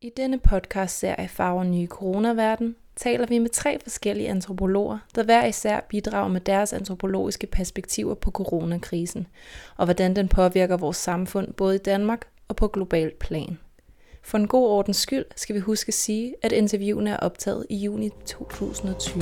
I denne podcast-serie Farver nye coronaverden taler vi med 3 forskellige antropologer, der hver især bidrager med deres antropologiske perspektiver på coronakrisen, og hvordan den påvirker vores samfund både i Danmark og på globalt plan. For en god ordens skyld skal vi huske at sige, at interviewene er optaget i juni 2020.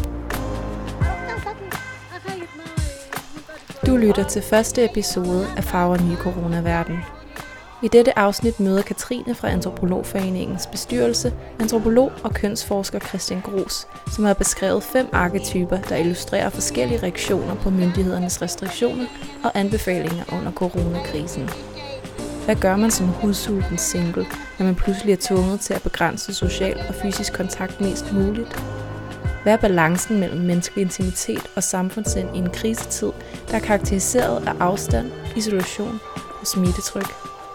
Du lytter til første episode af Farver nye coronaverden. I dette afsnit møder Katrine fra Antropologforeningens bestyrelse, antropolog og kønsforsker Christian Gros, som har beskrevet 5 arketyper, der illustrerer forskellige reaktioner på myndighedernes restriktioner og anbefalinger under coronakrisen. Hvad gør man som hudsulten single, når man pludselig er tvunget til at begrænse social og fysisk kontakt mest muligt? Hvad er balancen mellem menneskelig intimitet og samfundssind i en krisetid, der er karakteriseret af afstand, isolation og smittetryk?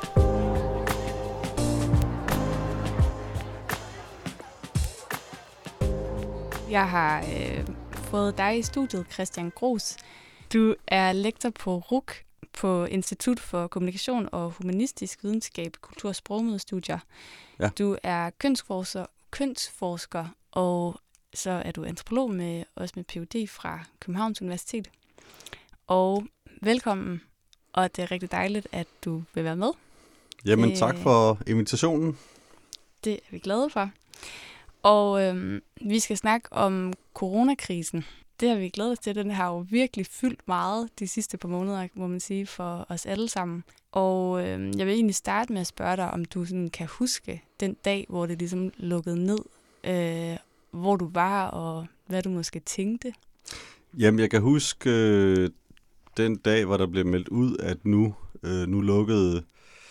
Jeg har fået dig i studiet, Christian Gros. Du er lektor på RUC på Institut for Kommunikation og Humanistisk Videnskab, Kultur- og Sprogmødestudier. Ja. Du er kønsforsker, og så er du antropolog også med Ph.D. fra Københavns Universitet. Og velkommen, og det er rigtig dejligt, at du vil være med. Jamen tak for invitationen. Det er vi glade for. Og vi skal snakke om coronakrisen. Det har vi glædet os til. Den har jo virkelig fyldt meget de sidste par måneder, må man sige, for os alle sammen. Og jeg vil egentlig starte med at spørge dig, om du sådan kan huske den dag, hvor det ligesom lukkede ned, hvor du var, og hvad du måske tænkte. Jamen, jeg kan huske den dag, hvor der blev meldt ud, at nu lukkede,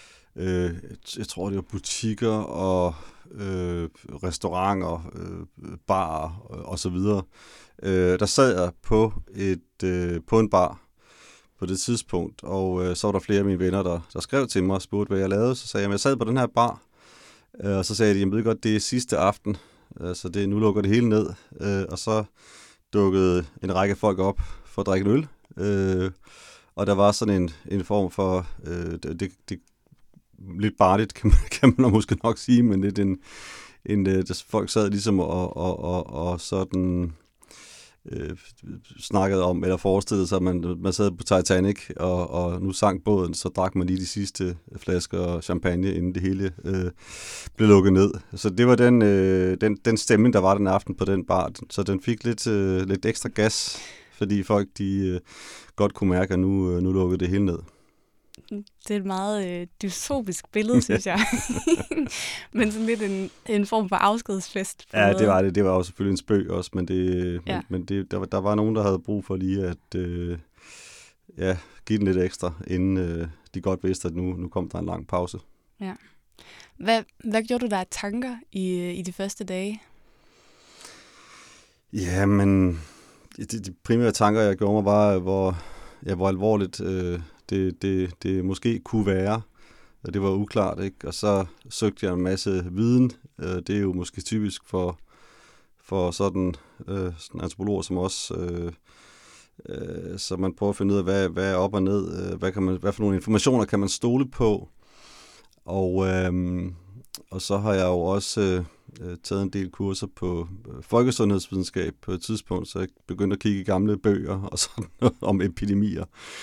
jeg tror det var butikker og restauranter, barer og så videre. Der sad jeg på en bar på det tidspunkt, og så var der flere af mine venner, der skrev til mig og spurgte, hvad jeg lavede. Så sagde jeg sad på den her bar, og så sagde de, jeg ved godt, det er sidste aften, så nu lukker det hele ned. Og så dukkede en række folk op for at drikke øl, og der var sådan en form for, det lidt barligt, kan man måske nok sige, men lidt der folk sad ligesom og sådan snakkede om, eller forestillede sig, at man sad på Titanic, og nu sank båden, så drak man lige de sidste flasker champagne, inden det hele blev lukket ned. Så det var den stemning, der var den aften på den bar, så den fik lidt ekstra gas, fordi folk de godt kunne mærke, at nu lukkede det hele ned. Det er et meget dystopisk billede, synes jeg. Men sådan lidt en form for afskedsfest. Ja, det var det. Det var jo selvfølgelig en spøg også, men der var nogen, der havde brug for lige at give den lidt ekstra, inden de godt vidste, at nu kom der en lang pause. Ja. Hvad gjorde du der af tanker i de første dage? Jamen, de primære tanker, jeg gjorde mig, var, hvor alvorligt det måske kunne være, og det var uklart, ikke? Og så søgte jeg en masse viden. Det er jo måske typisk for sådan antropologer som os, så man prøver at finde ud af, hvad er op og ned, hvad for nogle informationer kan man stole på, og så har jeg jo også taget en del kurser på folkesundhedsvidenskab på et tidspunkt, så jeg begyndte at kigge i gamle bøger og sådan noget om epidemier.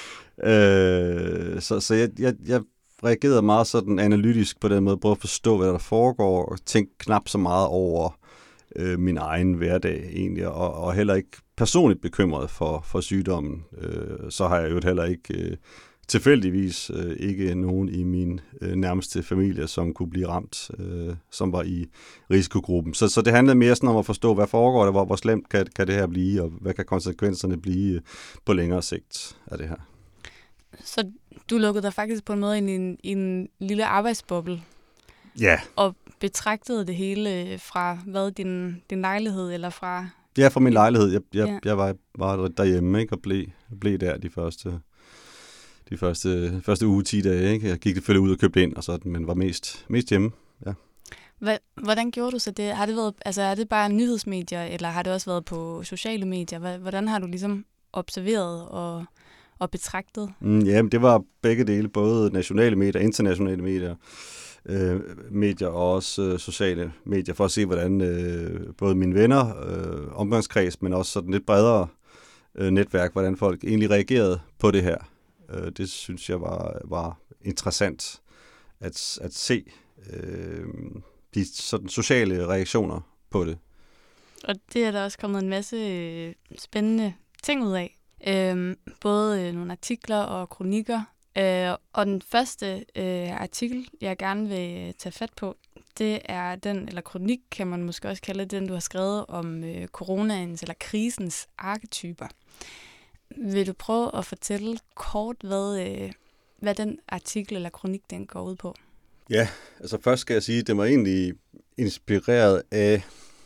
Så jeg reagerede meget sådan analytisk på den måde, prøve at forstå, hvad der foregår, og tænke knap så meget over min egen hverdag egentlig, og heller ikke personligt bekymret for sygdommen. Så har jeg jo heller ikke tilfældigvis ikke nogen i min nærmeste familie, som kunne blive ramt, som var i risikogruppen. Så det handlede mere sådan om at forstå, hvad foregår der, hvor slemt kan det her blive, og hvad kan konsekvenserne blive på længere sigt af det her. Så du lukkede dig faktisk på en måde ind i en lille arbejdsboble. Ja. Og betragtede det hele fra din lejlighed eller fra? Ja, fra min lejlighed. Jeg var derhjemme, ikke, og blev der de første uge, 10 dage. Ikke? Jeg gik selvfølgelig ud og købte ind og sådan, men var mest hjemme. Ja. Hvordan gjorde du så det? Har det været, er det bare nyhedsmedier, eller har det også været på sociale medier? Hvordan har du ligesom observeret og betragtet? Jamen, det var begge dele, både nationale medier og internationale medier. medier og også sociale medier, for at se, hvordan både mine venner, omgangskreds, men også sådan lidt bredere netværk, hvordan folk egentlig reagerede på det her. Det synes jeg var interessant at se de sådan sociale reaktioner på det. Og det er der også kommet en masse spændende ting ud af. Både nogle artikler og kronikker. Og den første artikel, jeg gerne vil tage fat på, det er den, eller kronik kan man måske også kalde den, du har skrevet om coronaens eller krisens arketyper. Vil du prøve at fortælle kort, hvad den artikel eller kronik, den går ud på? Ja, altså først skal jeg sige, at det var egentlig inspireret af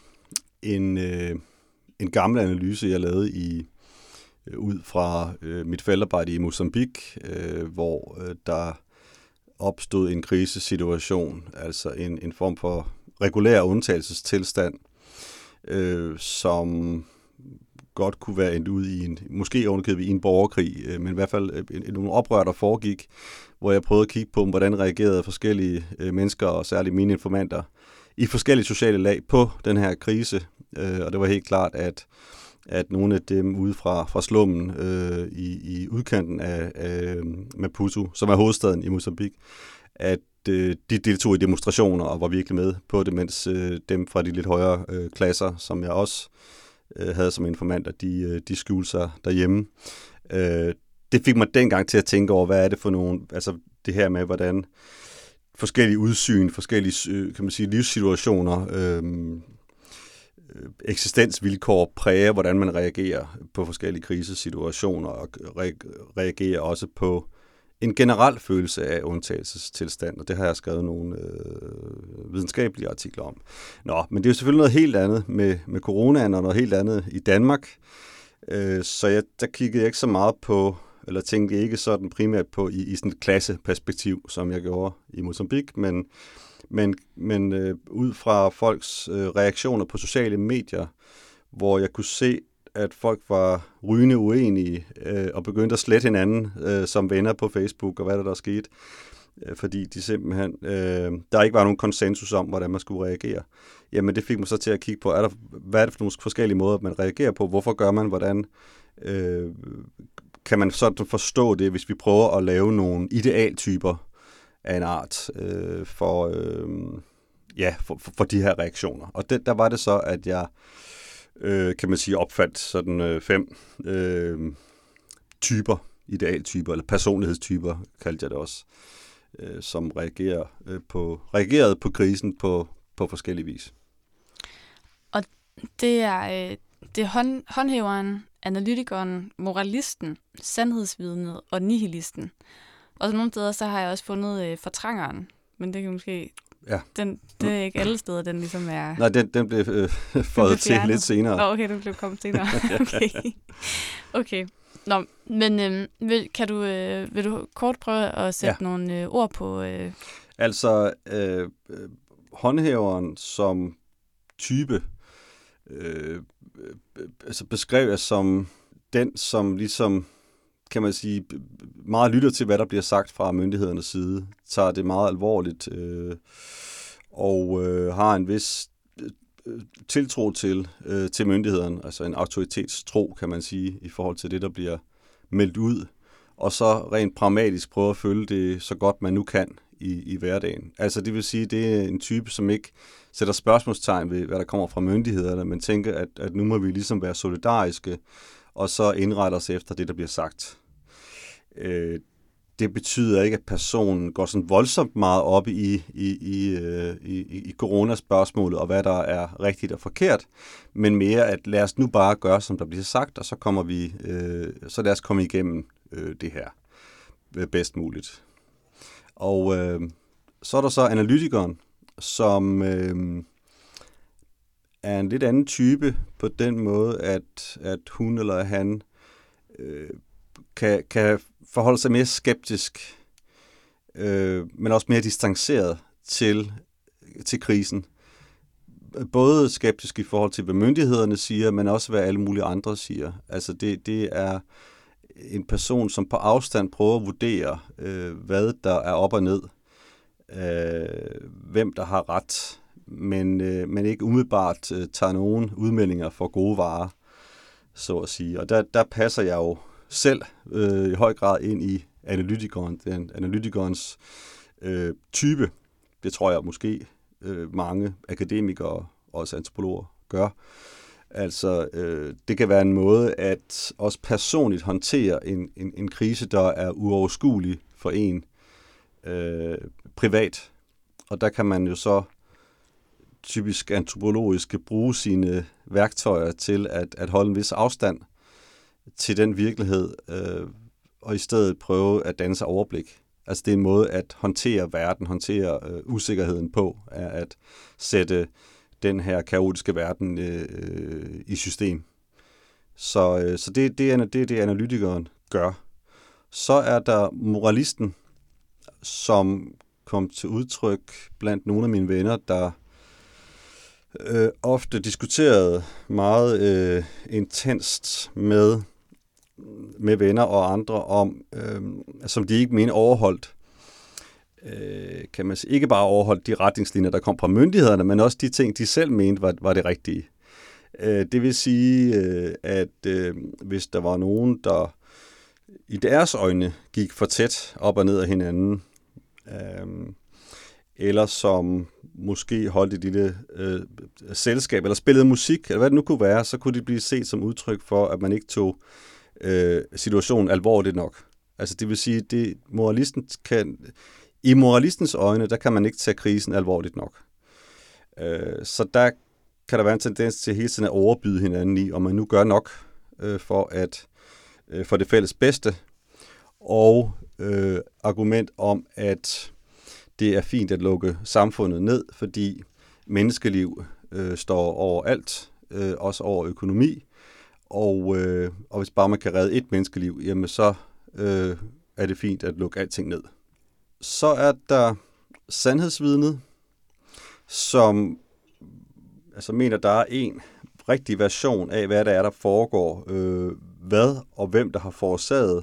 en gammel analyse, jeg lavede ud fra mit feltarbejde i Mozambique, hvor der opstod en krisesituation, altså en form for regulær undtagelsestilstand, som godt kunne være endt ud i måske ovenikøbet i en borgerkrig, men i hvert fald nogle oprør, der foregik, hvor jeg prøvede at kigge på, hvordan reagerede forskellige mennesker, og særligt mine informanter, i forskellige sociale lag på den her krise. Og det var helt klart, at nogle af dem ude fra slummen i udkanten af Maputo, som er hovedstaden i Mozambique, at de deltog i demonstrationer og var virkelig med på det, mens dem fra de lidt højere klasser, som jeg også havde som informanter, de skjulte sig derhjemme. Det fik mig dengang til at tænke over, hvad er det for nogle, altså det her med, hvordan forskellige udsyn, forskellige, kan man sige, livssituationer, eksistensvilkår præger, hvordan man reagerer på forskellige krisesituationer, og reagerer også på en generel følelse af undtagelsestilstand, og det har jeg skrevet nogle videnskabelige artikler om. Men det er jo selvfølgelig noget helt andet med coronaen, og noget helt andet i Danmark, så der kiggede jeg ikke så meget på, eller tænkte jeg ikke sådan primært på i sådan et klasseperspektiv, som jeg gjorde i Mozambique, men ud fra folks reaktioner på sociale medier, hvor jeg kunne se, at folk var rygende uenige og begyndte at slette hinanden som venner på Facebook, og hvad der skete, fordi de simpelthen, der ikke var nogen konsensus om, hvordan man skulle reagere. Jamen det fik mig så til at kigge på, hvad er det for nogle forskellige måder, man reagerer på, hvorfor gør man, hvordan kan man sådan forstå det, hvis vi prøver at lave nogle idealtyper af en art for de her reaktioner. Og der var det så, at jeg kan man sige, opfandt sådan 5 typer, idealtyper, eller personlighedstyper, kaldte jeg det også, som reagerede på krisen på forskellige vis. Og det er håndhæveren, analytikeren, moralisten, sandhedsvidnet og nihilisten. Og så nogle steder, så har jeg også fundet fortrængeren, men det kan måske... Ja. Det er ikke alle steder, den ligesom er... Nej, den blev fået til lidt senere. Okay, den blev kommet senere. Okay. Nå, men vil du kort prøve at sætte nogle ord på... Altså, håndhæveren som type beskrev jeg som den, som ligesom, kan man sige, meget lytter til, hvad der bliver sagt fra myndighedernes side, tager det meget alvorligt og har en vis tiltro til myndighederne, altså en autoritetstro, kan man sige, i forhold til det, der bliver meldt ud, og så rent pragmatisk prøve at følge det så godt man nu kan i hverdagen. Altså det vil sige, det er en type, som ikke sætter spørgsmålstegn ved, hvad der kommer fra myndighederne, men tænker, at nu må vi ligesom være solidariske, og så indrette os efter det, der bliver sagt. Det betyder ikke, at personen går sådan voldsomt meget op i coronaspørgsmålet, og hvad der er rigtigt og forkert, men mere, at lad os nu bare gøre, som der bliver sagt, og så så lad os komme igennem det her bedst muligt. Og så er der så analytikeren, som er en lidt anden type på den måde, at hun eller han kan forholde sig mere skeptisk, men også mere distanceret til krisen. Både skeptisk i forhold til, hvad myndighederne siger, men også hvad alle mulige andre siger. Altså det er en person, som på afstand prøver at vurdere, hvad der er op og ned. hvem der har ret, men ikke umiddelbart tager nogen udmeldinger for gode varer, så at sige. Og der passer jeg jo selv i høj grad ind i analytikerens type. Det tror jeg måske mange akademikere og også antropologer gør. Altså, det kan være en måde at også personligt håndtere en krise, der er uoverskuelig for en privat. Og der kan man jo så typisk antropologisk bruge sine værktøjer til at holde en vis afstand til den virkelighed, og i stedet prøve at danne sig overblik. Altså det er en måde at håndtere verden, håndtere usikkerheden på, er at sætte den her kaotiske verden i system. Så det er det, analytikeren gør. Så er der moralisten, som kom til udtryk blandt nogle af mine venner, der ofte diskuterede meget intenst med venner og andre om, som de ikke mener overholdt, kan man sige, ikke bare overholdt de retningslinjer, der kom fra myndighederne, men også de ting, de selv mente var det rigtige. Det vil sige, at hvis der var nogen, der i deres øjne gik for tæt op og ned af hinanden, eller som måske holdt et lille selskab, eller spillede musik, eller hvad det nu kunne være, så kunne det blive set som udtryk for, at man ikke tog situationen alvorligt nok. Altså det vil sige, i moralistens øjne, der kan man ikke tage krisen alvorligt nok. Så der kan der være en tendens til hele tiden at overbyde hinanden i, om man nu gør nok for det fælles bedste, og argument om, at det er fint at lukke samfundet ned, fordi menneskeliv står over alt, også over økonomi, og hvis bare man kan redde et menneskeliv, jamen så er det fint at lukke alting ned. Så er der sandhedsvidnet, som altså mener, der er en rigtig version af, hvad der foregår, hvad og hvem der har forårsaget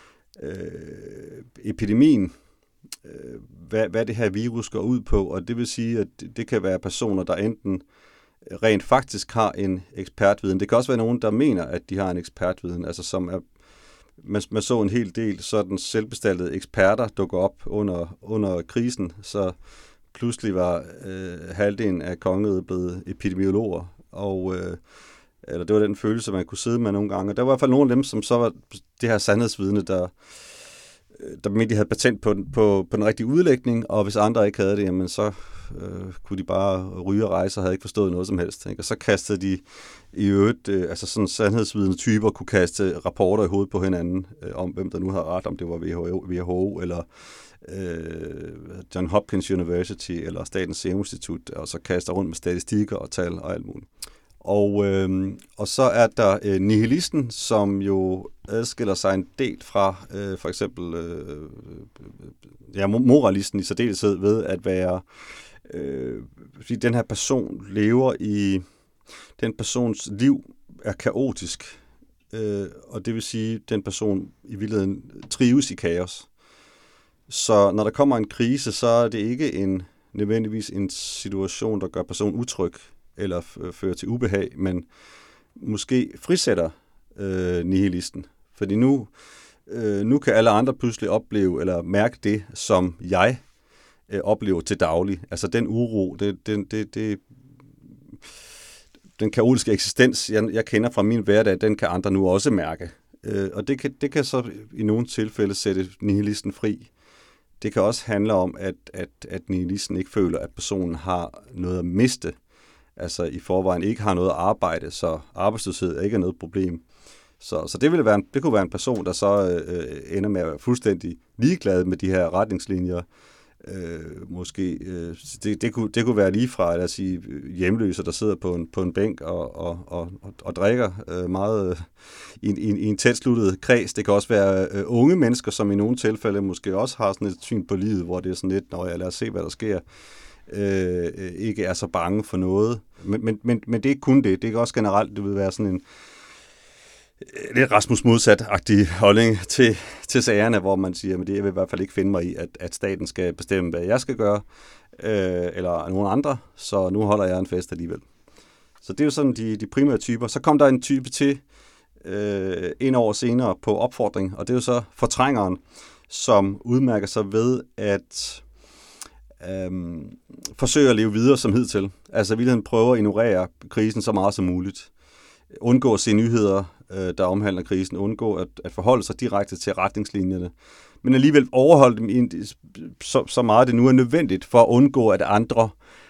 epidemien, hvad det her virus går ud på, og det vil sige, at det kan være personer, der enten rent faktisk har en ekspertviden. Det kan også være nogen, der mener, at de har en ekspertviden, altså som er, man så en hel del sådan selvbestaltede eksperter dukke op under krisen, så pludselig var halvdelen af kongeriget blevet epidemiologer, og eller det var den følelse, man kunne sidde med nogle gange. Og der var i hvert fald nogle af dem, som så var det her sandhedsvidne, der mente, de havde patent på den rigtige udlægning, og hvis andre ikke havde det, jamen så kunne de bare ryge og rejse og havde ikke forstået noget som helst. Ikke? Og så kastede de i øvrigt, altså sådan sandhedsvidende typer kunne kaste rapporter i hovedet på hinanden, om hvem der nu havde ret, om det var WHO eller John Hopkins University eller Statens Serum Institut, og så kaster rundt med statistikker og tal og alt muligt. Og så er der nihilisten, som jo adskiller sig en del fra for eksempel moralisten i særdeleshed ved at være, fordi den her person lever i, den persons liv er kaotisk, og det vil sige, at den person i virkeligheden trives i kaos. Så når der kommer en krise, så er det ikke nødvendigvis en situation, der gør personen utryg, eller fører til ubehag, men måske frisætter nihilisten. Fordi nu kan alle andre pludselig opleve eller mærke det, som jeg oplever til daglig. Altså den uro, den kaotiske eksistens, jeg kender fra min hverdag, den kan andre nu også mærke. Og det kan så i nogle tilfælde sætte nihilisten fri. Det kan også handle om, at nihilisten ikke føler, at personen har noget at miste, altså i forvejen ikke har noget arbejde, så arbejdsløshed er ikke noget problem. Så det kunne være en person, der så ender med at være fuldstændig ligeglad med de her retningslinjer. Måske det kunne være lige fra, lad os sige, hjemløse, der sidder på en bænk og drikker meget i en tætsluttet kreds. Det kan også være unge mennesker, som i nogle tilfælde måske også har sådan et syn på livet, hvor det er sådan lidt, lad os se, hvad der sker. Ikke er så bange for noget. Men det er ikke kun det. Det er også generelt, det vil være sådan lidt Rasmus modsat-agtig holdning til sagerne, hvor man siger, at jeg vil i hvert fald ikke finde mig i, at staten skal bestemme, hvad jeg skal gøre, eller nogen andre, så nu holder jeg en fest alligevel. Så det er jo sådan de primære typer. Så kom der en type til en år senere på opfordring, og det er jo så fortrængeren, som udmærker sig ved at forsøge at leve videre som hidtil. Altså i virkeligheden prøver at ignorere krisen så meget som muligt. Undgå at se nyheder, der omhandler krisen. Undgå at forholde sig direkte til retningslinjerne. Men alligevel overholde dem så meget, det nu er nødvendigt for at undgå, at andre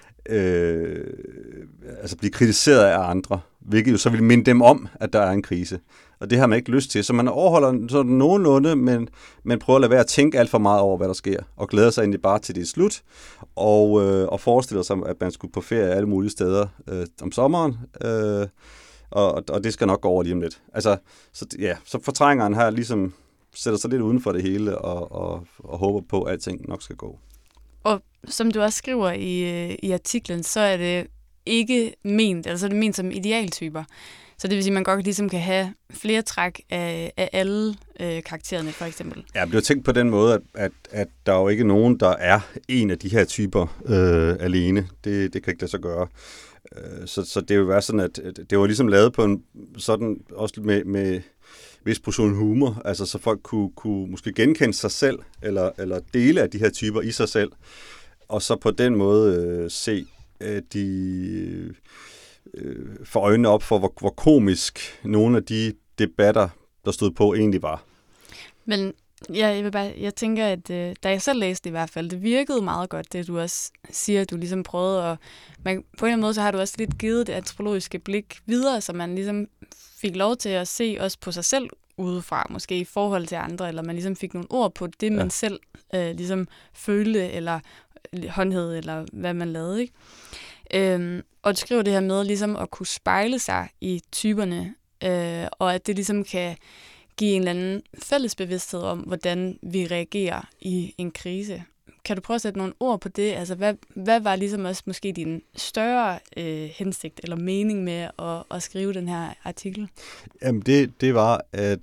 blive kritiseret af andre. Hvilket jo så vil minde dem om, at der er en krise. Og det har man ikke lyst til. Så man overholder sådan nogenlunde, men prøver at lade være at tænke alt for meget over, hvad der sker. Og glæder sig egentlig bare til det er slut. Og forestiller sig, at man skulle på ferie alle mulige steder om sommeren. Og det skal nok gå over lige om lidt. Altså, så fortrængeren her ligesom sætter sig lidt uden for det hele og håber på, at alting nok skal gå. Og som du også skriver i artiklen, så er det ikke ment, altså det er ment som idealtyper. Så det vil sige, at man godt ligesom kan have flere træk af alle karaktererne, for eksempel. Ja, jeg bliver tænkt på den måde, at der er jo ikke nogen, der er en af de her typer alene. Det kan ikke lade sig gøre. Så det vil være sådan, at det var ligesom lavet på en sådan, også med vis portion humor, altså så folk kunne måske genkende sig selv, eller dele af de her typer i sig selv, og så på den måde se de få øjnene op for, hvor komisk nogle af de debatter, der stod på, egentlig var. Men jeg tænker, at da jeg selv læste det i hvert fald, det virkede meget godt, det du også siger, at du ligesom prøvede, og på en eller anden måde, så har du også lidt givet det antropologiske blik videre, så man ligesom fik lov til at se også på sig selv udefra, måske i forhold til andre, eller man ligesom fik nogle ord på det, man selv ligesom følte, eller håndhævede, eller hvad man lavede, ikke? Og du skriver det her med ligesom at kunne spejle sig i typerne, og at det ligesom kan give en eller anden fælles bevidsthed om, hvordan vi reagerer i en krise. Kan du prøve at sætte nogle ord på det? Altså, hvad var ligesom også måske din større hensigt eller mening med at skrive den her artikel? Jamen, det var, at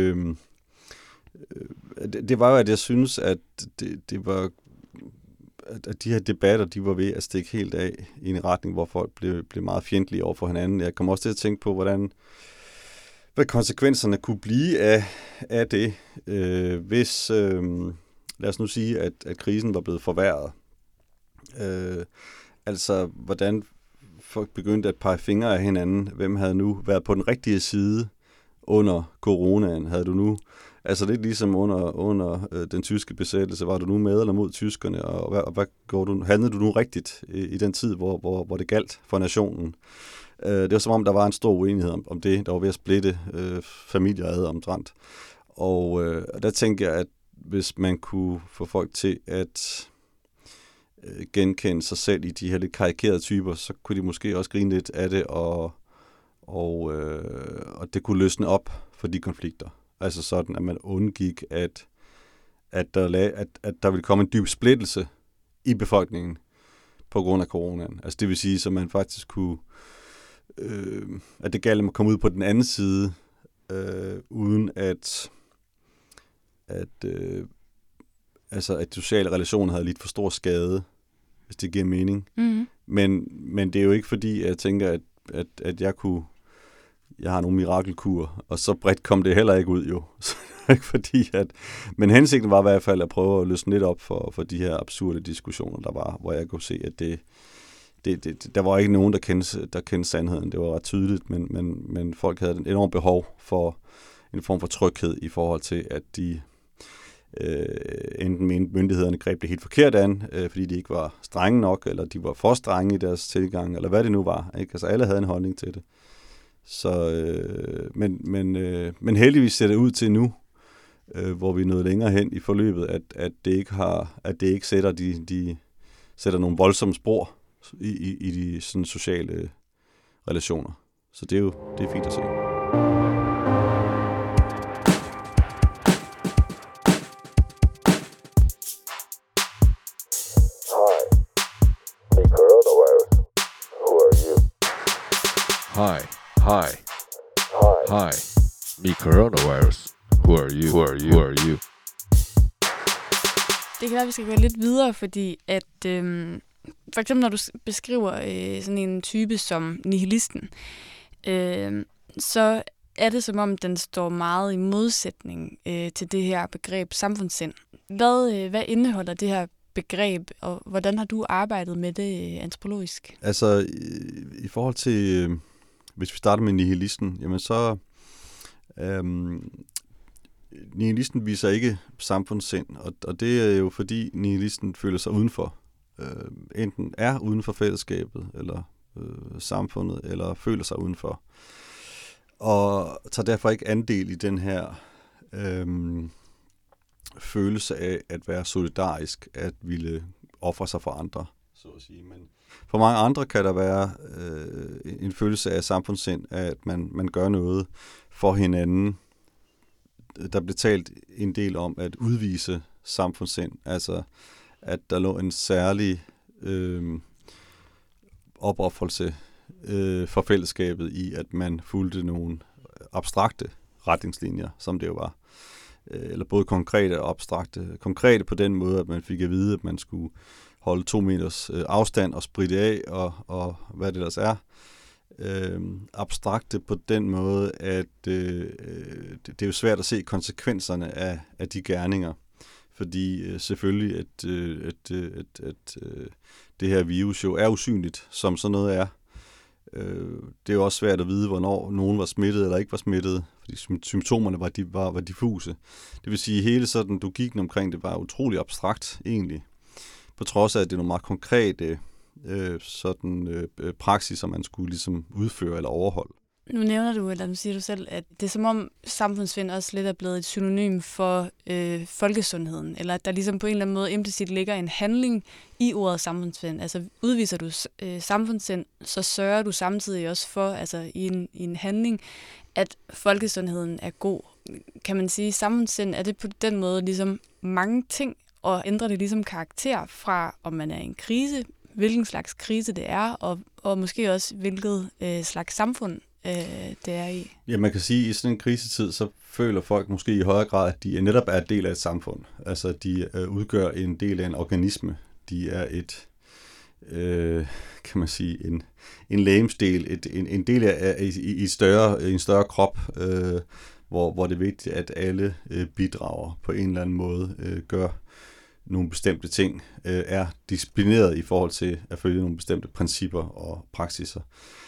det var jo, at jeg synes, at det var, at de her debatter, de var ved at stikke helt af i en retning, hvor folk blev meget fjendtlige over for hinanden. Jeg kom også til at tænke på, hvad konsekvenserne kunne blive af det, hvis, lad os nu sige, at krisen var blevet forværret. Altså, hvordan folk begyndte at pege fingre af hinanden. Hvem havde nu været på den rigtige side under coronaen? Havde du nu, altså lidt ligesom under den tyske besættelse, var du nu med eller mod tyskerne? Og hvad handlede du nu rigtigt i den tid, hvor det galt for nationen? Det var som om, der var en stor uenighed om det, der var ved at splitte familier ad omtrent. Og der tænker jeg, at hvis man kunne få folk til at genkende sig selv i de her lidt karikerede typer, så kunne de måske også grine lidt af det, og det kunne løsne op for de konflikter. Altså sådan, at man undgik, at der ville komme en dyb splittelse i befolkningen på grund af coronaen. Altså det vil sige, at man faktisk kunne at det galt at komme ud på den anden side, uden at sociale relationer havde lidt for stor skade, hvis det giver mening. Mm-hmm. Men det er jo ikke fordi, at jeg tænker, at jeg har nogle mirakelkur, og så bredt kom det heller ikke ud jo. Ikke fordi men hensigten var i hvert fald at prøve at løsne lidt op for de her absurde diskussioner, der var, hvor jeg kunne se, at der var ikke nogen, der kendte sandheden. Det var ret tydeligt, men folk havde et enormt behov for en form for tryghed i forhold til, at de enten mente myndighederne greb det helt forkert an, fordi de ikke var strenge nok, eller de var for strenge i deres tilgang, eller hvad det nu var. Ikke? Altså alle havde en holdning til det. Så, men heldigvis ser det ud til nu, hvor vi er nået længere hen i forløbet, at det ikke sætter nogle voldsomme spor i de sådan sociale relationer. Så det er fint at se. Hi. Me coronavirus. Who are you? Who are you? Who are you? Det kan være, at vi skal gå lidt videre, fordi at for eksempel når du beskriver sådan en type som nihilisten, så er det som om, den står meget i modsætning til det her begreb samfundssind. Hvad indeholder det her begreb, og hvordan har du arbejdet med det antropologisk? Altså, i forhold til, hvis vi starter med nihilisten, jamen så, nihilisten viser ikke samfundssind, og det er jo fordi nihilisten føler sig udenfor. Enten er uden for fællesskabet, eller samfundet, eller føler sig udenfor. Og tager derfor ikke andel i den her følelse af at være solidarisk, at ville ofre sig for andre, så at sige. Men for mange andre kan der være en følelse af samfundssind, at man gør noget for hinanden. Der blev talt en del om at udvise samfundssind, altså at der lå en særlig opoffrelse for fællesskabet i, at man fulgte nogle abstrakte retningslinjer, som det jo var. Eller både konkrete og abstrakte. Konkrete på den måde, at man fik at vide, at man skulle holde 2 meters afstand og spritte af, og hvad det ellers er. Abstrakte på den måde, at det er jo svært at se konsekvenserne af de gerninger. Fordi selvfølgelig, at det her virus jo er usynligt, som sådan noget er. Det er jo også svært at vide, hvornår nogen var smittet eller ikke var smittet, fordi symptomerne var diffuse. Det vil sige, at hele sådan logikken omkring det var utrolig abstrakt egentlig, på trods af, at det er nogle meget konkrete praksis, som man skulle ligesom udføre eller overholde. Nu nævner du, eller nu siger du selv, at det er som om samfundssind også lidt er blevet et synonym for folkesundheden, eller at der ligesom på en eller anden måde implicit ligger en handling i ordet samfundssind. Altså udviser du samfundssind, så sørger du samtidig også for, altså i en handling, at folkesundheden er god. Kan man sige, samfundssind, er det på den måde ligesom mange ting, og ændrer det ligesom karakter fra, om man er i en krise, hvilken slags krise det er, og måske også hvilket slags samfund det er i? Ja, man kan sige, at i sådan en krisetid, så føler folk måske i højere grad, at de netop er en del af et samfund. Altså, de udgør en del af en organisme. De er et, kan man sige, en legemsdel, en del af i en større krop, hvor det er vigtigt, at alle bidrager på en eller anden måde, gør nogle bestemte ting, er disciplineret i forhold til at følge nogle bestemte principper og praksiser.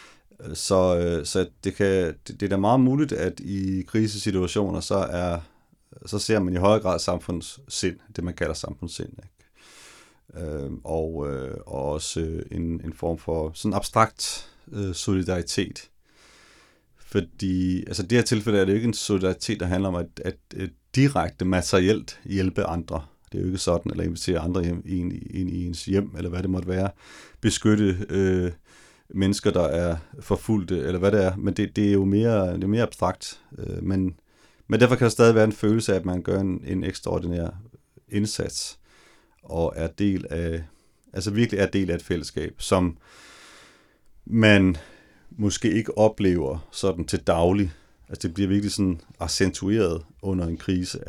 Så det er da meget muligt, at i krisesituationer, så ser man i højere grad samfundssind, det man kalder samfundssind, ikke? Og også en form for sådan abstrakt solidaritet. Fordi, altså det her tilfælde er det jo ikke en solidaritet, der handler om at direkte materielt hjælpe andre. Det er jo ikke sådan, eller invitere andre ind i ens hjem, eller hvad det måtte være. Beskytte mennesker, der er forfulgte, eller hvad det er. Men det er jo mere abstrakt. Men derfor kan der stadig være en følelse af, at man gør en ekstraordinær indsats, og er del af, altså virkelig er del af et fællesskab, som man måske ikke oplever sådan til daglig. Altså det bliver virkelig sådan accentueret under en krise,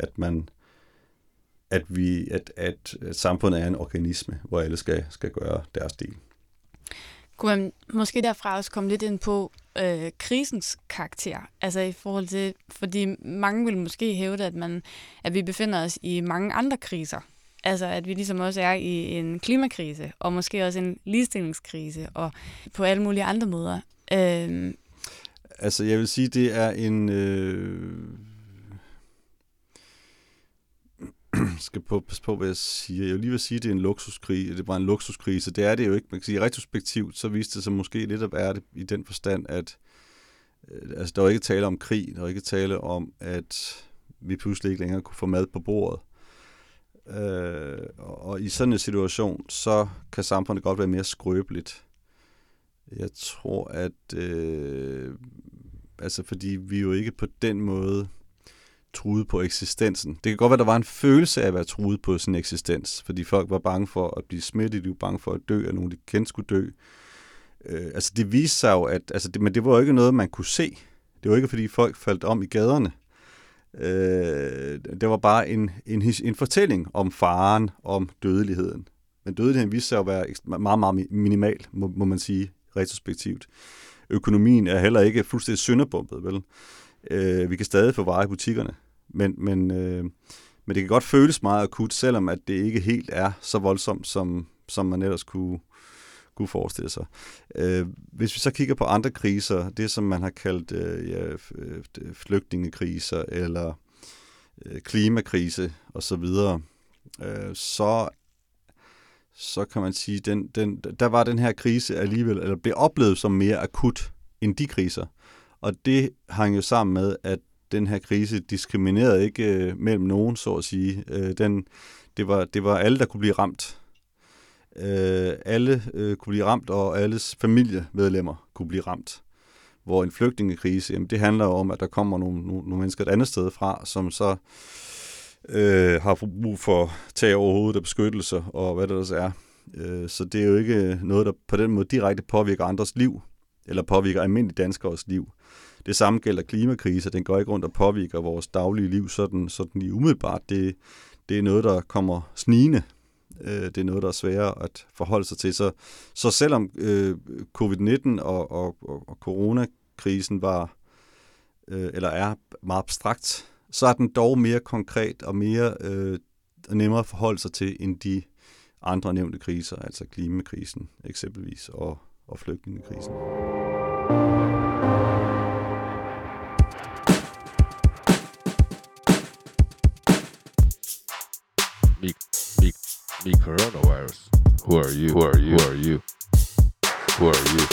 at samfundet er en organisme, hvor alle skal gøre deres del. Kunne man måske derfra også komme lidt ind på krisens karakter? Altså i forhold til, fordi mange vil måske hævde, at vi befinder os i mange andre kriser. Altså at vi ligesom også er i en klimakrise, og måske også en ligestillingskrise, og på alle mulige andre måder. Altså jeg vil sige, det er en... skal passe på, hvad jeg siger. Jeg vil lige vil sige, at det er en luksuskrise. Det er bare en luksuskrise. Det er det jo ikke. Man kan sige, retrospektivt, så viste det sig måske lidt at være det i den forstand, at altså, der var ikke tale om krig. Der var ikke tale om, at vi pludselig ikke længere kunne få mad på bordet. Og i sådan en situation, så kan samfundet godt være mere skrøbeligt. Jeg tror, at altså fordi vi jo ikke på den måde truet på eksistensen. Det kan godt være, at der var en følelse af at være truet på sin eksistens, fordi folk var bange for at blive smittet, de var bange for at dø, at nogen de kendte skulle dø. Altså det viste sig jo, at men det var jo ikke noget, man kunne se. Det var ikke, fordi folk faldt om i gaderne. Det var bare en fortælling om faren, om dødeligheden. Men dødeligheden viste sig at være meget, meget minimal, må man sige, retrospektivt. Økonomien er heller ikke fuldstændig sønderbumpet, vel? Vi kan stadig få varer i butikkerne, men det kan godt føles meget akut, selvom at det ikke helt er så voldsomt, som man ellers kunne forestille sig. Hvis vi så kigger på andre kriser, det som man har kaldt flygtningekriser eller klimakrise osv., så kan man sige, der var den her krise alligevel, eller blev oplevet som mere akut end de kriser. Og det hang jo sammen med, at den her krise diskriminerede ikke mellem nogen, så at sige. Det var alle, der kunne blive ramt. Alle kunne blive ramt, og alles familiemedlemmer kunne blive ramt. Hvor en flygtningekrise, jamen det handler om, at der kommer nogle mennesker et andet sted fra, som så har brug for tag over hovedet og beskyttelse, og hvad der ellers er. Så det er jo ikke noget, der på den måde direkte påvirker andres liv, eller påvirker almindelige danskers liv. Det samme gælder klimakriser. Den går ikke rundt og påvirker vores daglige liv sådan lige umiddelbart. Det er noget, der kommer snigende. Det er noget, der er sværere at forholde sig til. Så selvom covid-19 og coronakrisen var eller er meget abstrakt, så er den dog mere konkret og mere nemmere at forholde sig til end de andre nævnte kriser, altså klimakrisen eksempelvis og flygtningekrisen. Me coronavirus. Who are you? Who are you? Who are you? Who are you?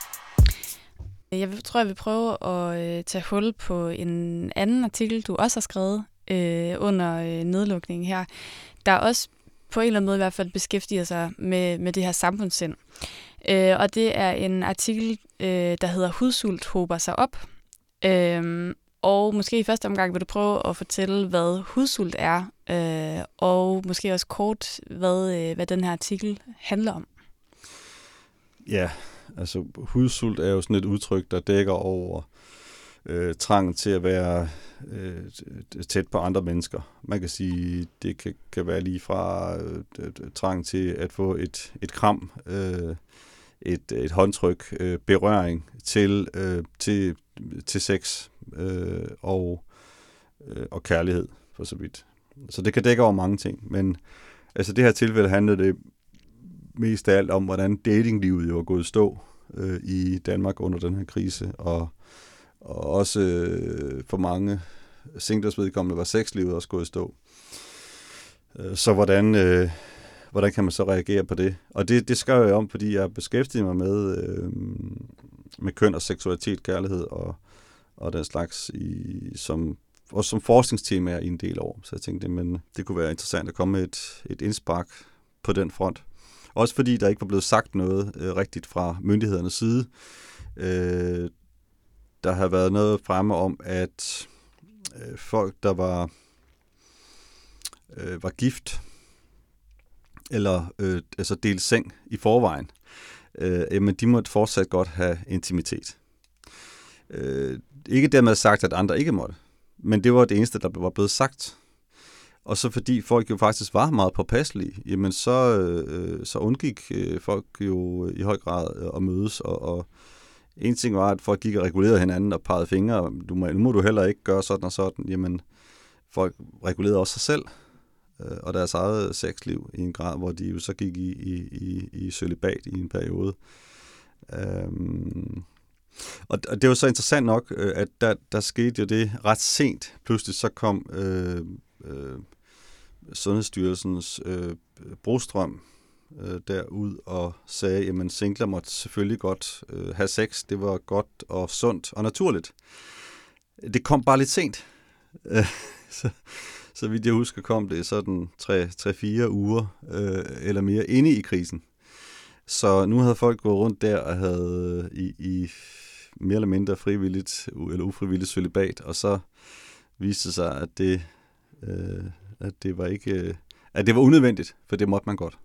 Jeg tror, jeg vil prøve at tage hul på en anden artikel, du også har skrevet under nedlukningen her, der også på en eller anden måde i hvert fald beskæftiger sig med det her samfundssind. Og det er en artikel, der hedder Hudsult hober sig op. Og måske i første omgang vil du prøve at fortælle, hvad hudsult er, og måske også kort, hvad den her artikel handler om. Ja, altså hudsult er jo sådan et udtryk, der dækker over trangen til at være tæt på andre mennesker. Man kan sige, det kan være lige fra trang til at få et kram, et håndtryk, berøring til sex og kærlighed for så vidt. Så det kan dække over mange ting, men altså det her tilfælde handlede det mest af alt om, hvordan datinglivet jo er gået stå i Danmark under den her krise, og også for mange singlers vedkommende var sexlivet også gået stå. Så hvordan kan man så reagere på det? Og det skrev jeg om, fordi jeg beskæftiger mig med køn og seksualitet, kærlighed og den slags, også som forskningstemaer i en del år. Så jeg tænkte, men det kunne være interessant at komme med et indspark på den front. Også fordi der ikke var blevet sagt noget rigtigt fra myndighedernes side. Der har været noget fremme om, at folk, der var gift, eller altså delt seng i forvejen, jamen de måtte fortsat godt have intimitet. Ikke dermed sagt, at andre ikke måtte, men det var det eneste, der var blevet sagt. Og så fordi folk jo faktisk var meget påpasselige, jamen så undgik folk jo i høj grad at mødes, og en ting var, at folk gik og regulerede hinanden og pegede fingre. Nu må du heller ikke gøre sådan og sådan. Jamen, folk regulerede også sig selv og deres eget sexliv i en grad, hvor de jo så gik i cølibat i en periode. Og det var så interessant nok, at der skete jo det ret sent. Pludselig så kom Sundhedsstyrelsens Brostrøm derud og sagde, jamen singler måtte selvfølgelig godt have sex. Det var godt og sundt og naturligt. Det kom bare lidt sent. Så vidt jeg husker, kom det sådan 3-4 uger eller mere inde i krisen. Så nu havde folk gået rundt der og havde i mere eller mindre frivilligt eller ufrivilligt cølibat, og så viste det sig, at det var ikke, at det var unødvendigt, for det måtte man godt.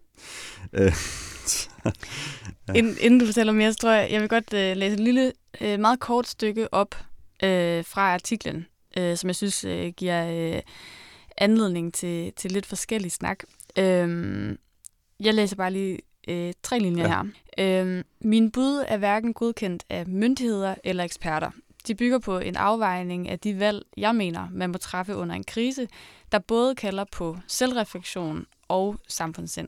Inden du fortæller mere, så tror jeg vil godt læse et lille, meget kort stykke op fra artiklen, som jeg synes giver anledning til lidt forskellig snak. Jeg læser bare lige 3 linjer her. Mine bud er hverken godkendt af myndigheder eller eksperter. De bygger på en afvejning af de valg, jeg mener, man må træffe under en krise, der både kalder på selvreflektion og samfundssind.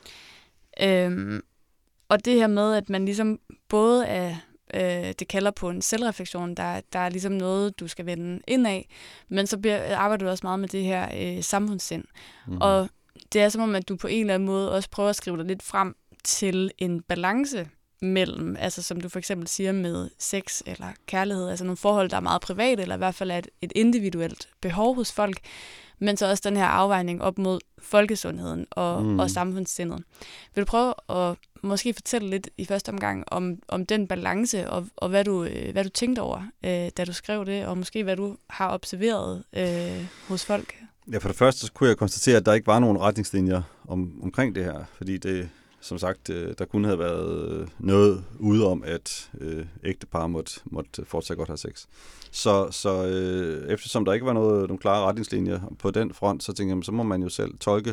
Og det her med, at man ligesom både det kalder på en selvreflektion, der er ligesom noget, du skal vende ind af, men så arbejder du også meget med det her samfundssind. Og det er som om, at du på en eller anden måde også prøver at skrive dig lidt frem til en balance mellem, altså som du for eksempel siger med sex eller kærlighed, altså nogle forhold, der er meget private, eller i hvert fald er et individuelt behov hos folk, men så også den her afvejning op mod folkesundheden og samfundssindet. Vil du prøve at måske fortælle lidt i første omgang om den balance, og hvad du tænkte over, da du skrev det, og måske hvad du har observeret hos folk? Ja, for det første så kunne jeg konstatere, at der ikke var nogen retningslinjer omkring det her, fordi det, som sagt, der kunne have været noget ude om, at ægtepar måtte fortsat godt have sex. Så eftersom der ikke var nogle klare retningslinjer på den front, så tænkte jeg, så må man jo selv tolke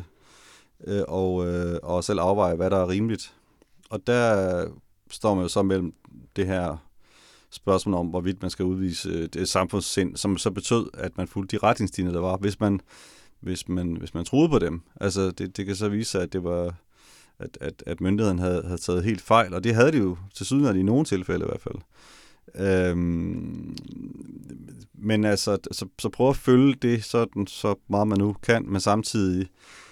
og selv afveje, hvad der er rimeligt. Og der står man jo så mellem det her spørgsmål om, hvorvidt man skal udvise det samfundssind, som så betød, at man fulgte de retningslinjer, der var, hvis man troede på dem. Altså, det kan så vise sig, at det var at myndigheden havde taget helt fejl, og det havde de jo til sydenland i nogle tilfælde i hvert fald. Men altså, så prøv at følge det sådan, så meget man nu kan, men samtidig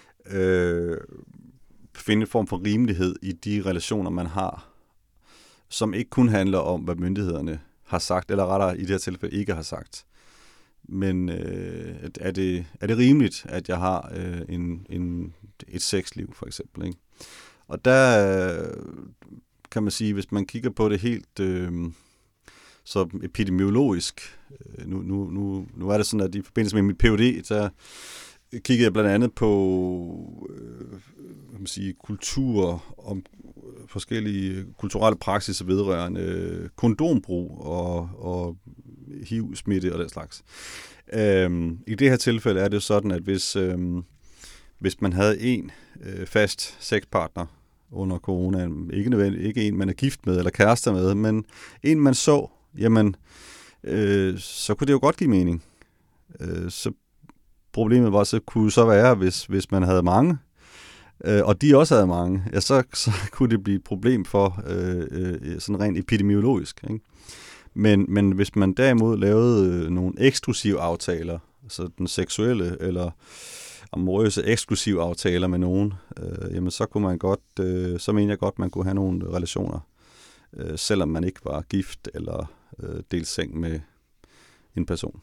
finde en form for rimelighed i de relationer, man har, som ikke kun handler om, hvad myndighederne har sagt, eller rettere i det her tilfælde ikke har sagt. Men er det rimeligt, at jeg har et sexliv, for eksempel, ikke? Og der kan man sige, hvis man kigger på det helt så epidemiologisk, nu er det sådan, at i forbindelse med mit PhD, så kiggede jeg blandt andet på kultur om forskellige kulturelle praksiser vedrørende kondombrug og HIV-smitte og den slags. I det her tilfælde er det sådan, at hvis man havde en fast sexpartner under corona, ikke en, man er gift med eller kærester med, men en, man så, jamen, så kunne det jo godt give mening. Så problemet kunne så være, hvis man havde mange, og de også havde mange, ja, så kunne det blive et problem for sådan rent epidemiologisk, ikke? Men hvis man derimod lavede nogle eksklusive aftaler, altså den seksuelle eller amorøse eksklusive aftaler med nogen, jamen så kunne man godt, så mener jeg godt, man kunne have nogle relationer, selvom man ikke var gift eller delt seng med en person.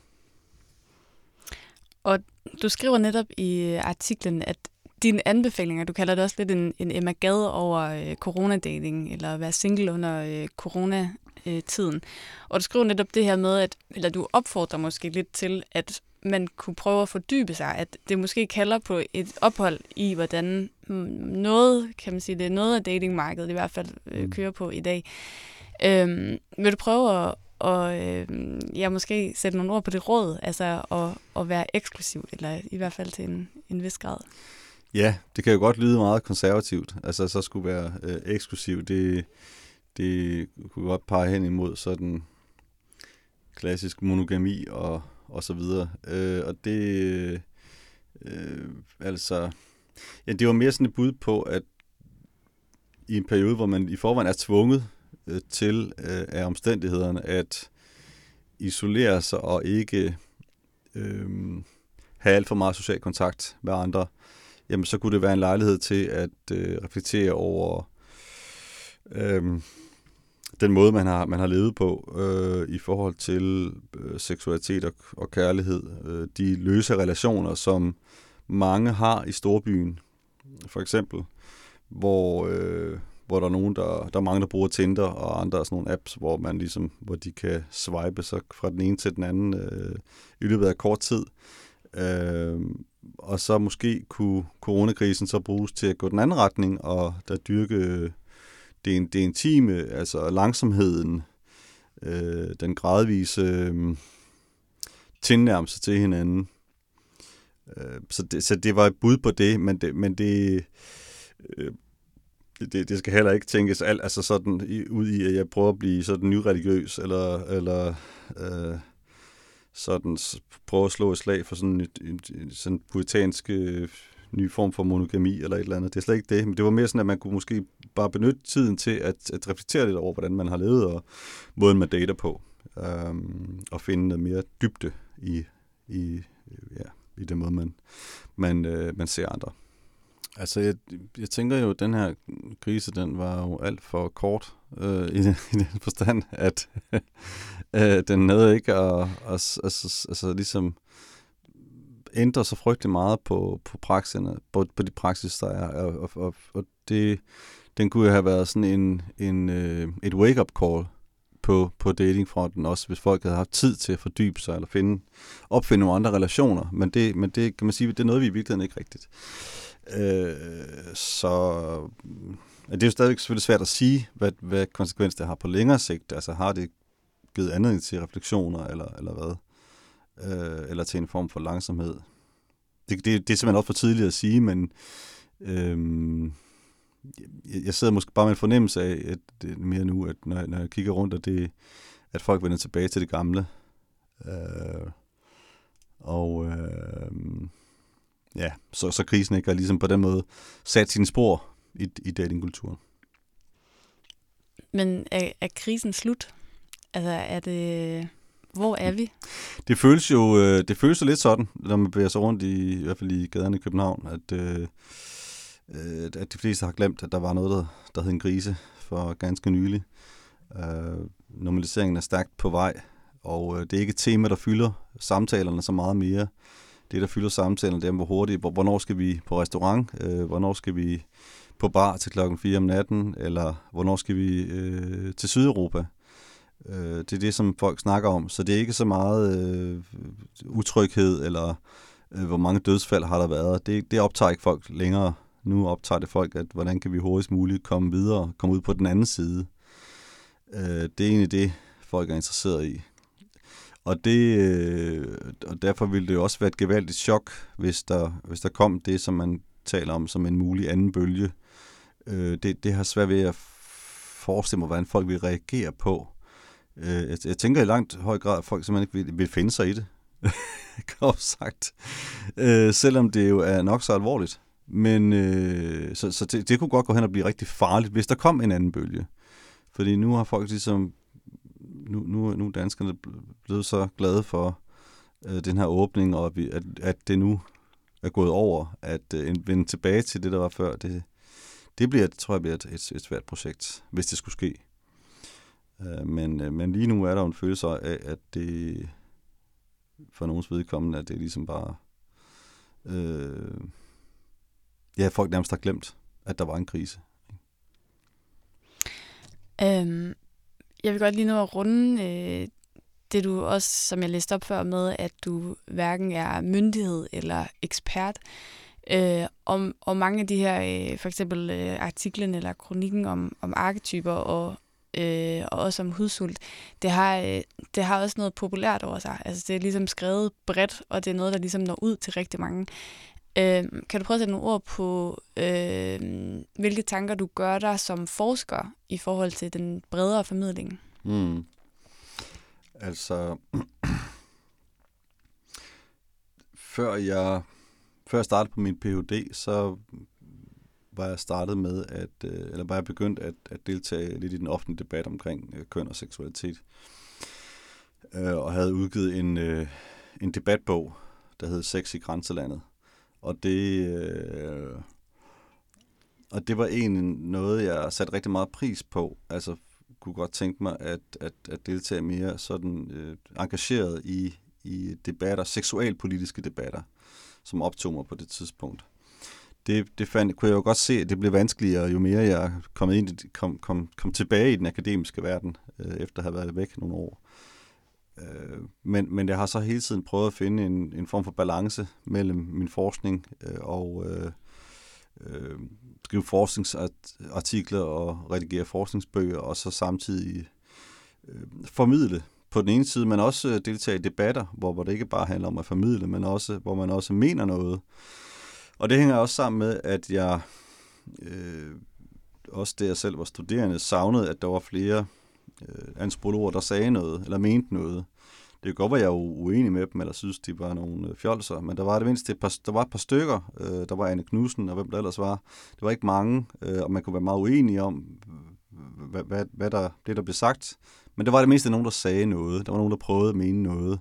Og du skriver netop i artiklen, at dine anbefalinger, du kalder det også lidt en Emma Gade over coronadating, eller at være single under coronatiden. Og du skriver netop det her med, eller du opfordrer måske lidt til, at man kunne prøve at fordybe sig, at det måske kalder på et ophold i, hvordan noget, kan man sige, det er noget af datingmarkedet i hvert fald kører på i dag. Vil du prøve at måske sætte nogle ord på det råd, altså at være eksklusiv, eller i hvert fald til en vis grad? Ja, det kan jo godt lyde meget konservativt, altså så skulle være eksklusiv, det kunne godt pege hen imod sådan klassisk monogami og så videre. Og det det var mere sådan et bud på, at i en periode, hvor man i forvejen er tvunget til af omstændighederne at isolere sig og ikke have alt for meget social kontakt med andre, jamen så kunne det være en lejlighed til at reflektere over den måde, man har levet på i forhold til seksualitet og kærlighed. De løse relationer, som mange har i storbyen, for eksempel, hvor der er nogen, der er mange, der bruger Tinder, og andre er sådan nogle apps, hvor de kan swipe sig fra den ene til den anden i løbet af kort tid. Og så måske kunne coronakrisen så bruges til at gå den anden retning, og der dyrke det intime, altså langsomheden, den gradvise tilnærmelse til hinanden. Så det var et bud på det, men det skal heller ikke tænkes altså sådan ud i, at jeg prøver at blive sådan nyreligiøs, eller sådan prøve at slå et slag for sådan en puritansk ny form for monogami eller et eller andet. Det er slet ikke det, men det var mere sådan, at man kunne måske bare benytte tiden til at reflektere lidt over, hvordan man har levet, og måden man dater på, og finde noget mere dybde i den måde, man ser andre. Altså, jeg tænker jo, at den her krise, den var jo alt for kort i den forstand, at den nåede ikke at ligesom ændre så frygtelig meget på prakserne, på de praksis, der er. Og den kunne jo have været sådan et wake-up call på datingfronten, også hvis folk havde haft tid til at fordybe sig, eller opfinde nogle andre relationer. Men det kan man sige, det er noget, vi i virkeligheden ikke rigtigt. Så det er jo stadigvæk selvfølgelig svært at sige, hvad konsekvens det har på længere sigt. Altså har det givet anledning til refleksioner, eller hvad? Eller til en form for langsomhed. Det er simpelthen også for tidligt at sige, men jeg sidder måske bare med en fornemmelse af, at det er mere nu, at når jeg kigger rundt, at folk vender tilbage til det gamle. Så krisen ikke har ligesom på den måde sat sine spor i datingkulturen. Men er krisen slut? Altså er det... Hvor er vi? Det føles jo lidt sådan, når man bevæger sig rundt i hvert fald i gaderne i København, at de fleste har glemt, at der var noget, der hed en krise for ganske nylig. Normaliseringen er stærkt på vej, og det er ikke et tema, der fylder samtalerne så meget mere. Det, der fylder samtalerne, det er, hvor hurtigt, hvornår skal vi på restaurant, hvornår skal vi på bar til 4:00 om natten, eller hvornår skal vi til Sydeuropa. Det er det, som folk snakker om, så det er ikke så meget utryghed, eller hvor mange dødsfald har der været. Det optager ikke folk længere. Nu optager det folk, at hvordan kan vi hurtigst muligt komme videre, komme ud på den anden side. Det er egentlig det, folk er interesseret i. Og derfor ville det jo også være et gevaldigt chok, hvis der kom det, som man taler om som en mulig anden bølge. Det har svært ved at forestille mig, hvordan folk vil reagere på. Jeg tænker i langt høj grad, at folk simpelthen ikke vil finde sig i det. Groft sagt. Selvom det jo er nok så alvorligt. Men så det kunne godt gå hen og blive rigtig farligt, hvis der kom en anden bølge. Fordi nu har folk ligesom... Nu er danskerne blevet så glade for den her åbning, og at det nu er gået over, at vende tilbage til det, der var før, det tror jeg bliver et svært projekt, hvis det skulle ske. Men lige nu er der en følelse af, at det for nogens vedkommende, at det ligesom bare... folk nærmest har glemt, at der var en krise. Jeg vil godt lige nå at runde det, du også, som jeg læste op før med, at du hverken er myndighed eller ekspert. Og mange af de her, for eksempel artiklen eller kronikken om arketyper og også om hudsult, det har også noget populært over sig. Altså det er ligesom skrevet bredt, og det er noget, der ligesom når ud til rigtig mange. Kan du prøve at sætte nogle ord på, hvilke tanker du gør dig som forsker i forhold til den bredere formidling? Altså, før jeg startede på min Ph.D., så var jeg startet med var jeg begyndt at deltage lidt i den offentlige debat omkring køn og seksualitet, og havde udgivet en debatbog, der hed Sex i Grænselandet. Og det var egentlig noget, jeg satte rigtig meget pris på. Altså, kunne godt tænke mig at deltage mere sådan engageret i debatter, seksualpolitiske debatter, som optog mig på det tidspunkt. Det kunne jeg jo godt se, at det blev vanskeligere, jo mere jeg kom tilbage i den akademiske verden, efter at have været væk nogle år. Men jeg har så hele tiden prøvet at finde en form for balance mellem min forskning og skrive forskningsartikler og redigere forskningsbøger, og så samtidig formidle på den ene side, men også deltage i debatter, hvor det ikke bare handler om at formidle, men også, hvor man også mener noget. Og det hænger også sammen med, at jeg, også det jeg selv var studerende, savnede, at der var flere antropologer, der sagde noget, eller mente noget. Det kan godt være, at jeg er uenig med dem, eller synes, de var nogle fjolser, men der var det mindste der var et par stykker. Der var Anne Knudsen, og hvem der ellers var. Det var ikke mange, og man kunne være meget uenige om, hvad der blev sagt. Men der var det mindste nogen, der sagde noget. Der var nogen, der prøvede at mene noget.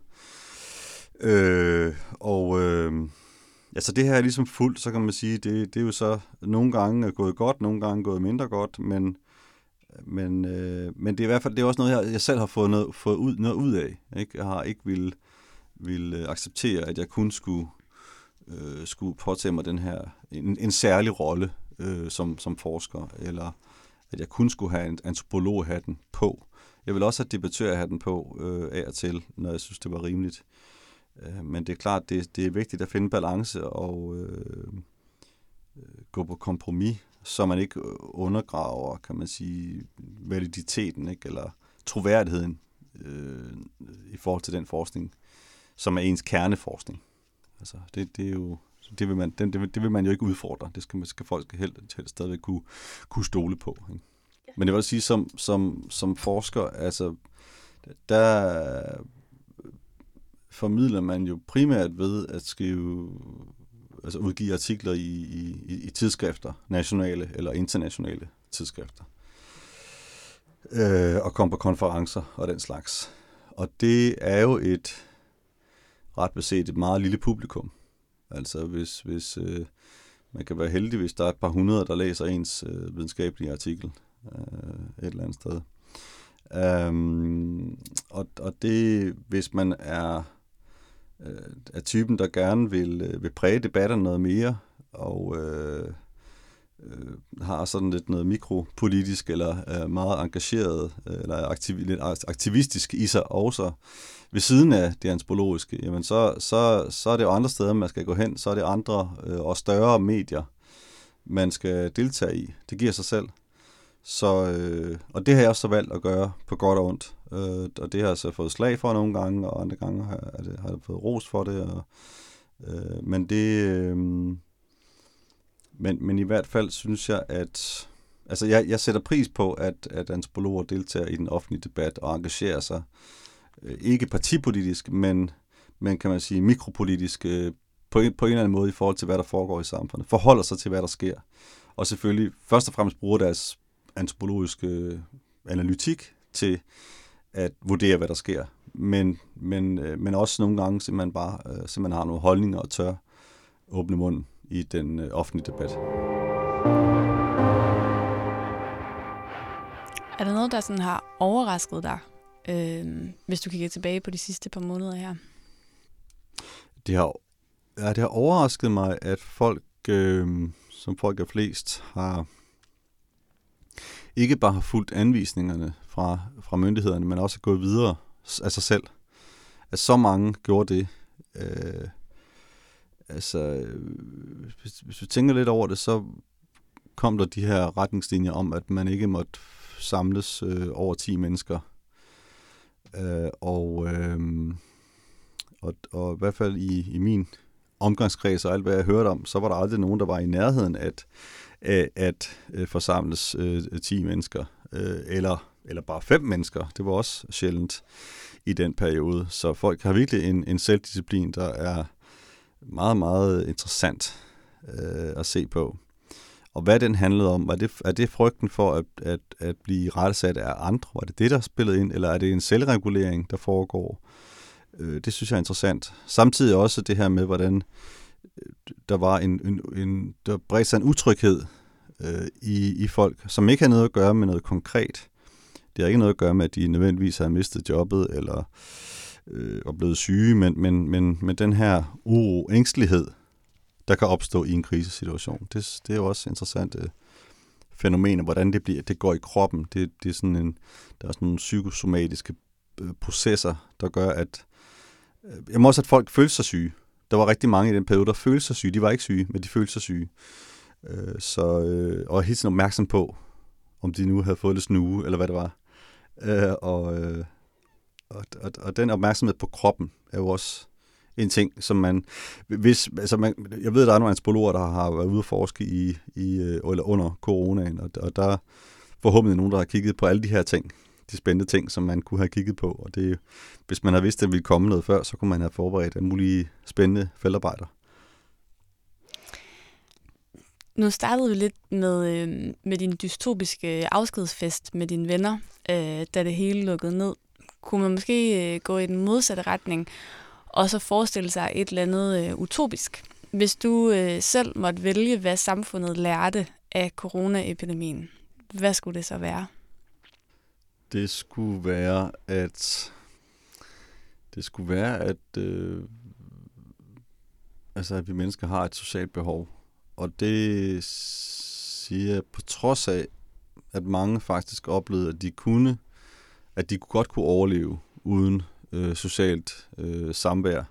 Så det her er ligesom fuldt, så kan man sige, det er jo så nogle gange gået godt, nogle gange gået mindre godt, men det er i hvert fald det er også noget, jeg selv har fået noget ud af. Ikke? Jeg har ikke ville acceptere, at jeg kun skulle påtage mig den her en særlig rolle som forsker, eller at jeg kun skulle have en antropologhatten på. Jeg vil også have debattørhatten på af og til, når jeg synes, det var rimeligt. Men det er klart, det er vigtigt at finde balance og gå på kompromis, så man ikke undergraver, kan man sige, validiteten, ikke? Eller troværdigheden i forhold til den forskning, som er ens kerneforskning. Altså, det er jo det vil man jo ikke udfordre. Det skal folk helst stadigvæk kunne stole på. Ikke? Men det vil sige, som forsker, altså, der formidler man jo primært ved at skrive, altså udgive artikler i tidsskrifter, nationale eller internationale tidsskrifter, og komme på konferencer og den slags. Og det er jo ret beset et meget lille publikum. Altså hvis man kan være heldig, hvis der er et par hundrede, der læser ens videnskabelige artikel et eller andet sted. Og det, hvis man er typen, der gerne vil præge debatterne noget mere, og har sådan lidt noget mikropolitisk, eller meget engageret, eller lidt aktivistisk i sig også, ved siden af det antropologiske, jamen så er det jo andre steder, man skal gå hen, så er det andre og større medier, man skal deltage i. Det giver sig selv. Så, og det har jeg også så valgt at gøre på godt og ondt. Og det har jeg så fået slag for nogle gange, og andre gange har jeg fået ros for det. Men i hvert fald synes jeg, at altså jeg sætter pris på, at antropologer deltager i den offentlige debat og engagerer sig. Ikke partipolitisk, men kan man sige mikropolitisk på en eller anden måde i forhold til, hvad der foregår i samfundet. Forholder sig til, hvad der sker. Og selvfølgelig først og fremmest bruger deres antropologiske analytik til at vurdere, hvad der sker. Men også nogle gange simpelthen har nogle holdninger og tør åbne munden i den offentlige debat. Er der noget, der sådan har overrasket dig, hvis du kigger tilbage på de sidste par måneder her? Det har overrasket mig, at folk, som folk er flest, har ikke bare har fulgt anvisningerne fra myndighederne, men også gået videre af sig selv. At så mange gjorde det. Hvis vi tænker lidt over det, så kom der de her retningslinjer om, at man ikke måtte samles over 10 mennesker. Og i hvert fald i min omgangskreds og alt, hvad jeg hørte om, så var der aldrig nogen, der var i nærheden at forsamles 10 mennesker, eller bare 5 mennesker. Det var også sjældent i den periode. Så folk har virkelig en selvdisciplin, der er meget, meget interessant at se på. Og hvad den handlede om, er det frygten for at blive rettesat af andre? Var det der spillede ind, eller er det en selvregulering, der foregår? Det synes jeg er interessant. Samtidig også det her med, hvordan der var der bredte sig en utryghed i folk, som ikke har noget at gøre med noget konkret. Det har ikke noget at gøre med, at de nødvendigvis har mistet jobbet eller er blevet syge, men den her uro, ængstelighed, der kan opstå i en krisesituation. Det er jo også interessante fænomener, hvordan det går i kroppen. Det er sådan der er sådan nogle psykosomatiske processer, der gør, at også at folk følte sig syge. Der var rigtig mange i den periode, der følte sig syge. De var ikke syge, men de følte sig syge. Og helt sådan opmærksom på, om de nu havde fået lidt snue, eller hvad det var. Og den opmærksomhed på kroppen er jo også en ting, som jeg ved, der er nogle antropologer, der har været ude og forske eller under coronaen, og der er forhåbentlig nogen, der har kigget på alle de her ting, de spændende ting, som man kunne have kigget på. Og det, hvis man havde vidst, at det ville komme noget før, så kunne man have forberedt alle mulige spændende feltarbejder. Nu startede vi lidt med din dystopiske afskedsfest med dine venner, da det hele lukkede ned. Kunne man måske gå i den modsatte retning, og så forestille sig et eller andet utopisk? Hvis du selv måtte vælge, hvad samfundet lærte af coronaepidemien, hvad skulle det så være? Det skulle være, at vi mennesker har et socialt behov. Og det siger jeg på trods af, at mange faktisk oplevede, at de godt kunne overleve uden socialt samvær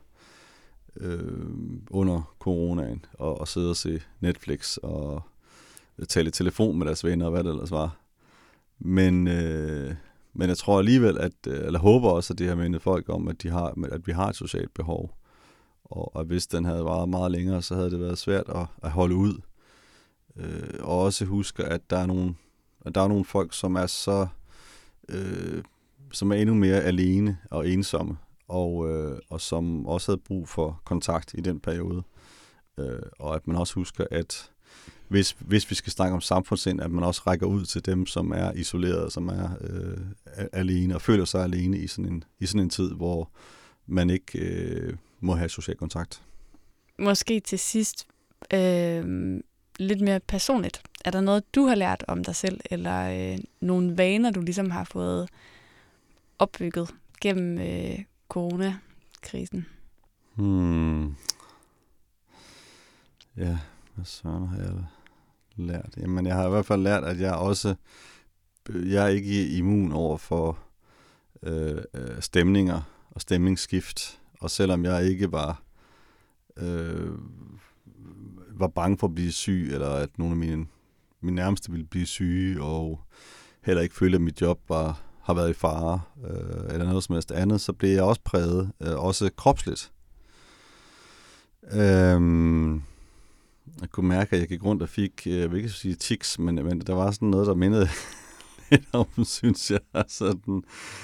under coronaen, og sidde og se Netflix og tale i telefon med deres venner og hvad det ellers var. Men jeg tror alligevel, eller håber også, at det har mindet folk om, at vi har et socialt behov. Og hvis den havde varet meget længere, så havde det været svært at holde ud. Og også huske, at der er nogle folk, som er som er endnu mere alene og ensomme, og som også havde brug for kontakt i den periode. Og at man også husker, at hvis vi skal snakke om samfundssind, at man også rækker ud til dem, som er isoleret, som er alene og føler sig alene i sådan en tid, hvor man ikke må have social kontakt. Måske til sidst lidt mere personligt. Er der noget, du har lært om dig selv, eller nogle vaner, du ligesom har fået opbygget gennem coronakrisen? Ja, hvad søren har jeg lært? Jamen, jeg har i hvert fald lært, at jeg er ikke immun over for stemninger og stemningsskift. Og selvom jeg ikke var bange for at blive syg, eller at nogle af mine nærmeste ville blive syge, og heller ikke følte, at mit job har været i fare, eller noget som helst andet, så blev jeg også præget, også kropsligt. Jeg kunne mærke, at jeg gik rundt og fik, jeg vil ikke sige tics, men der var sådan noget, der mindede lidt om, synes jeg, sådan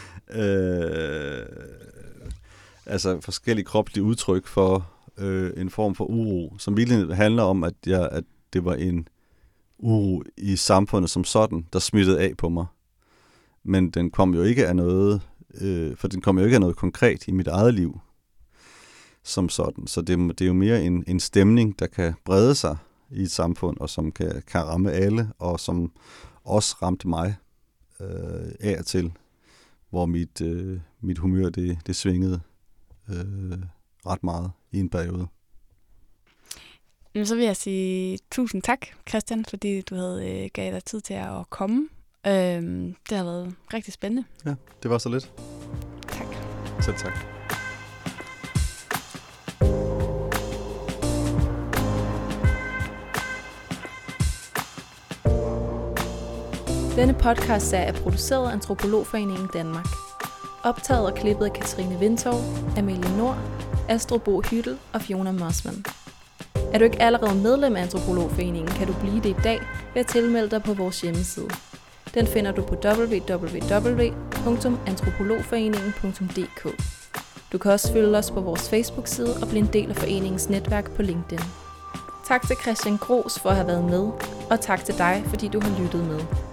altså forskellige kropslige udtryk for en form for uro, som virkelig handler om, at det var en uro i samfundet som sådan, der smittede af på mig. Men den kom jo ikke af noget, for den kom jo ikke af noget konkret i mit eget liv som sådan. Så det er jo mere en stemning, der kan brede sig i et samfund, og som kan ramme alle, og som også ramte mig af og til, hvor mit humør det svingede ret meget i en periode. Så vil jeg sige tusind tak, Christian, fordi du havde gav dig tid til at komme. Det har været rigtig spændende. Ja, det var så lidt. Tak. Selv tak. Denne podcast er produceret af Antropologforeningen Danmark. Optaget og klippet af Katrine Vindtorv, Amelie Nord, Astrid Bo Hyttel og Fiona Mossman. Er du ikke allerede medlem af Antropologforeningen, kan du blive det i dag ved at tilmelde dig på vores hjemmeside. Den finder du på www.antropologforeningen.dk. Du kan også følge os på vores Facebook-side og blive en del af foreningens netværk på LinkedIn. Tak til Christian Gros for at have været med, og tak til dig, fordi du har lyttet med.